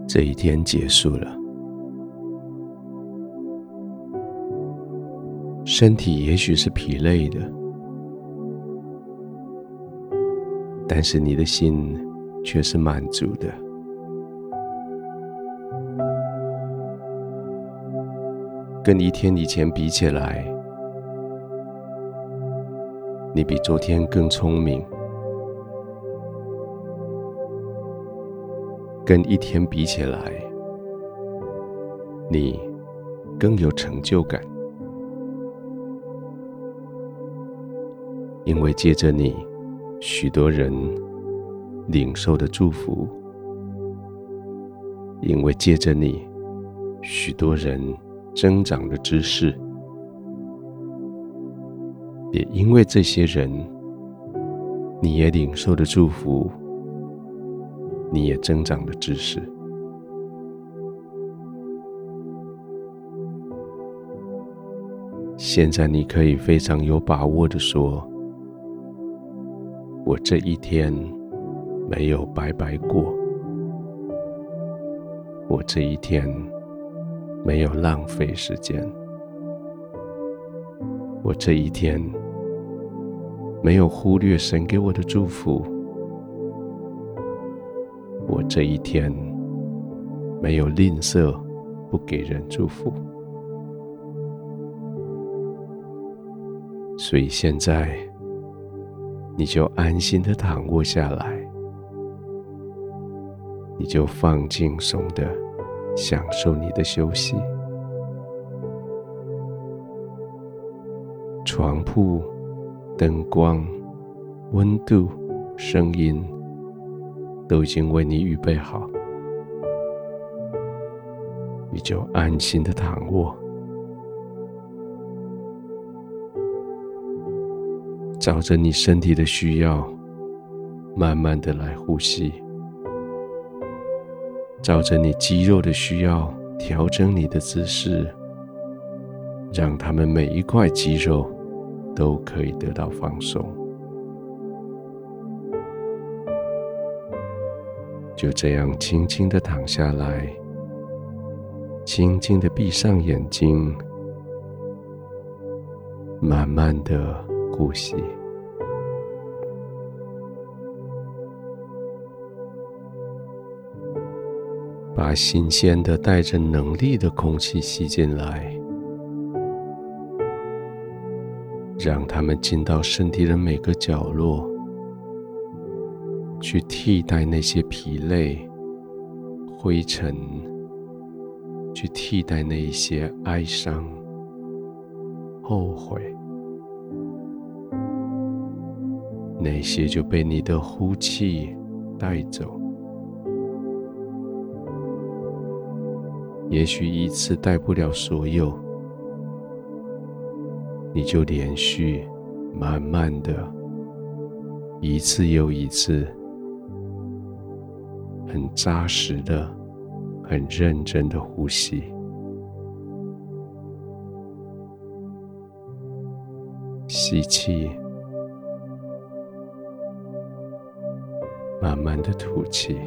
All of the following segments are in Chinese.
这一天结束了，身体也许是疲累的，但是你的心却是满足的。跟一天以前比起来，你比昨天更聪明，跟一天比起来，你更有成就感，因为借着你，许多人领受的祝福，因为借着你，许多人增长的知识，也因为这些人，你也领受的祝福，你也增长的知识。现在你可以非常有把握地说，我这一天没有白白过，我这一天没有浪费时间，我这一天没有忽略神给我的祝福，我这一天没有吝啬不给人祝福。所以现在你就安心地躺卧下来，你就放轻松地享受你的休息。床铺、灯光、温度、声音都已经为你预备好，你就安心地躺卧，照着你身体的需要，慢慢地来呼吸，照着你肌肉的需要，调整你的姿势，让它们每一块肌肉都可以得到放松。就这样轻轻地躺下来，轻轻地闭上眼睛，慢慢地呼吸。把新鲜的带着能力的空气吸进来，让它们进到身体的每个角落，去替代那些疲累、灰尘，去替代那一些哀伤、后悔，那些就被你的呼气带走。也许一次带不了所有，你就连续慢慢的一次又一次很扎实的很认真的呼吸。吸气，慢慢的吐气。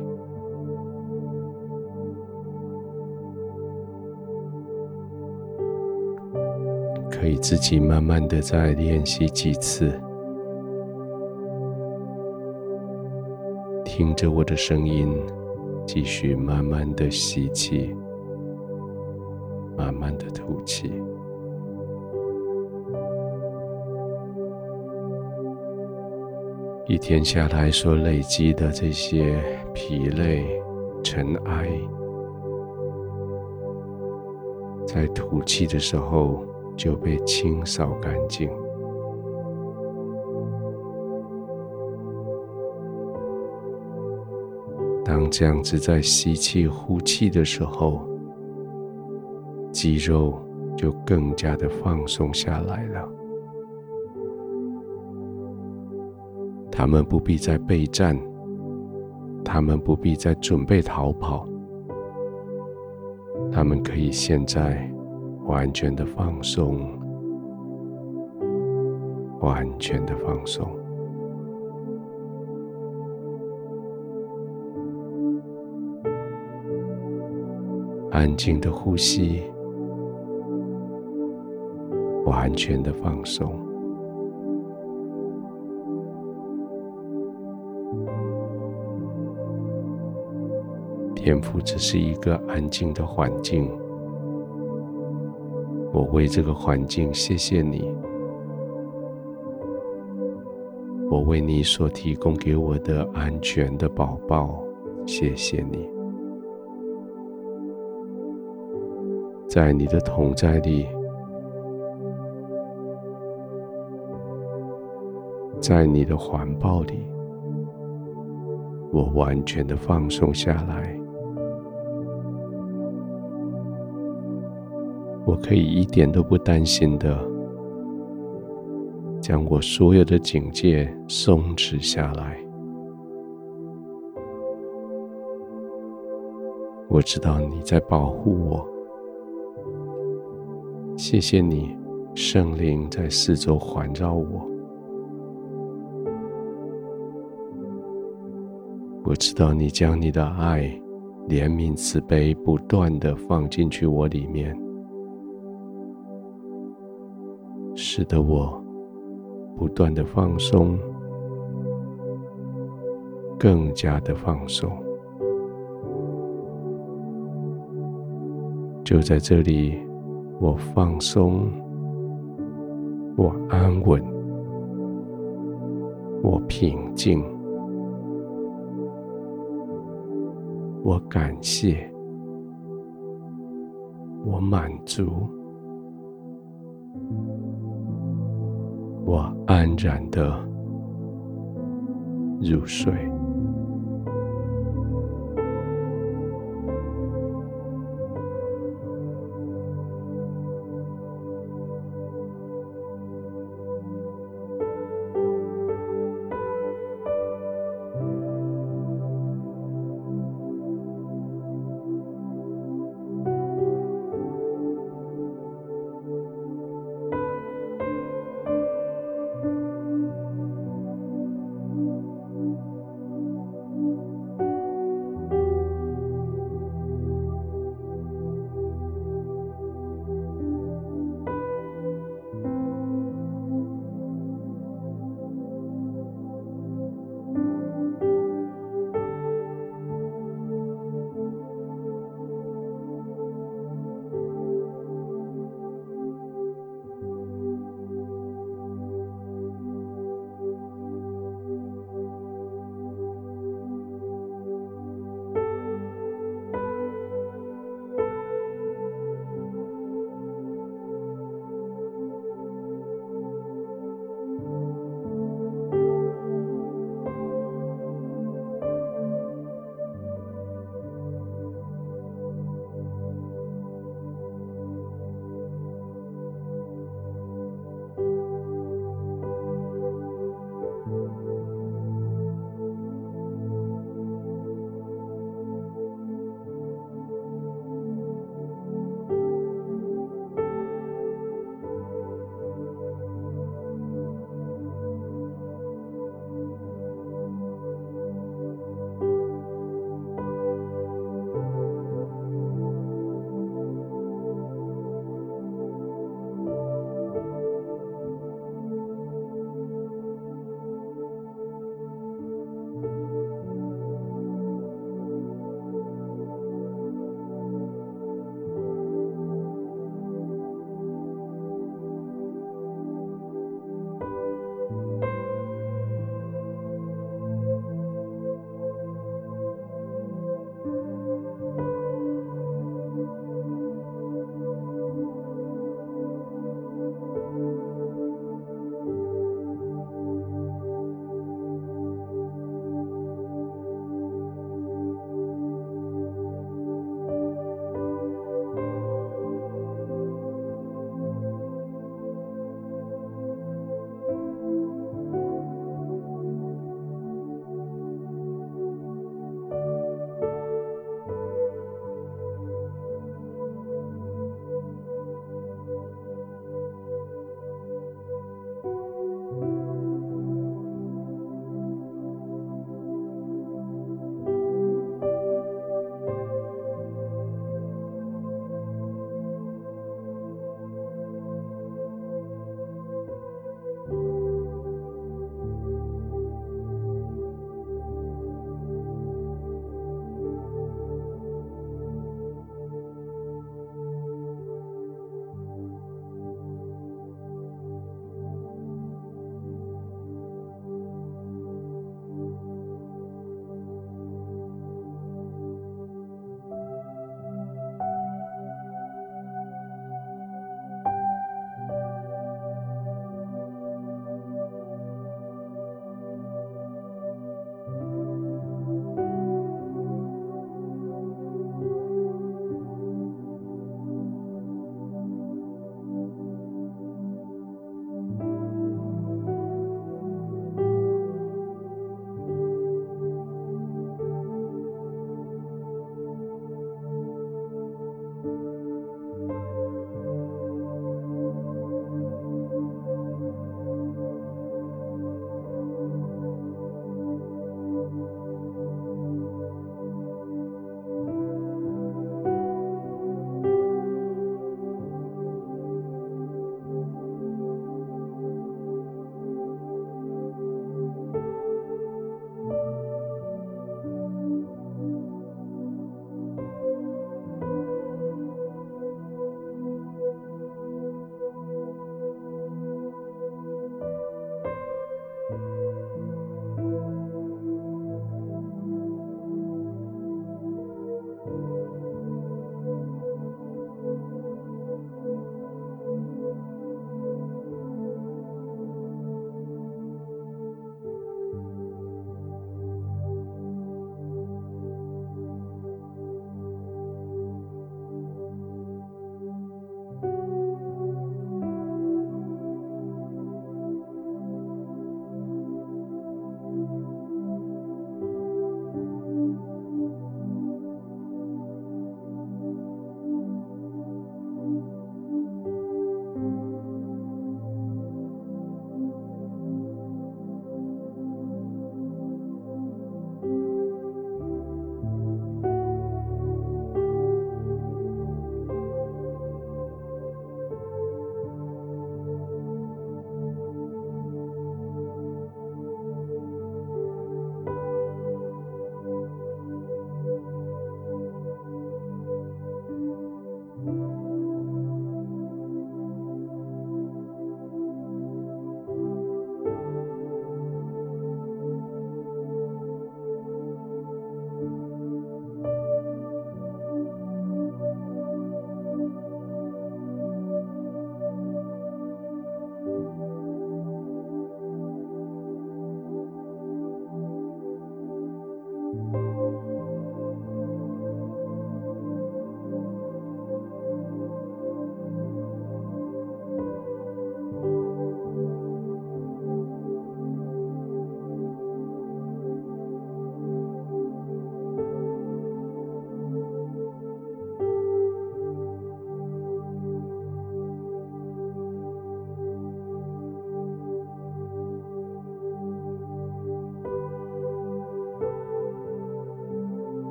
可以自己慢慢的再练习几次，听着我的声音，继续慢慢的吸气，慢慢的吐气。一天下来所累积的这些疲累、尘埃，在吐气的时候就被清扫干净。当这样子在吸气、呼气的时候，肌肉就更加的放松下来了。他们不必再备战，他们不必再准备逃跑，他们可以现在完全的放松，完全的放松。 安静的呼吸，完全的放松。天父，这是一个安静的环境，我为这个环境谢谢你，我为你所提供给我的安全的宝宝谢谢你。在你的同在里，在你的环抱里，我完全的放松下来，我可以一点都不担心的将我所有的警戒松弛下来。我知道你在保护我，谢谢你，圣灵在四周环绕我。我知道你将你的爱、怜悯、慈悲不断地放进去我里面，使得我不断地放松，更加的放松。就在这里，我放松，我安稳，我平静，我感谢，我满足，我安然的入睡。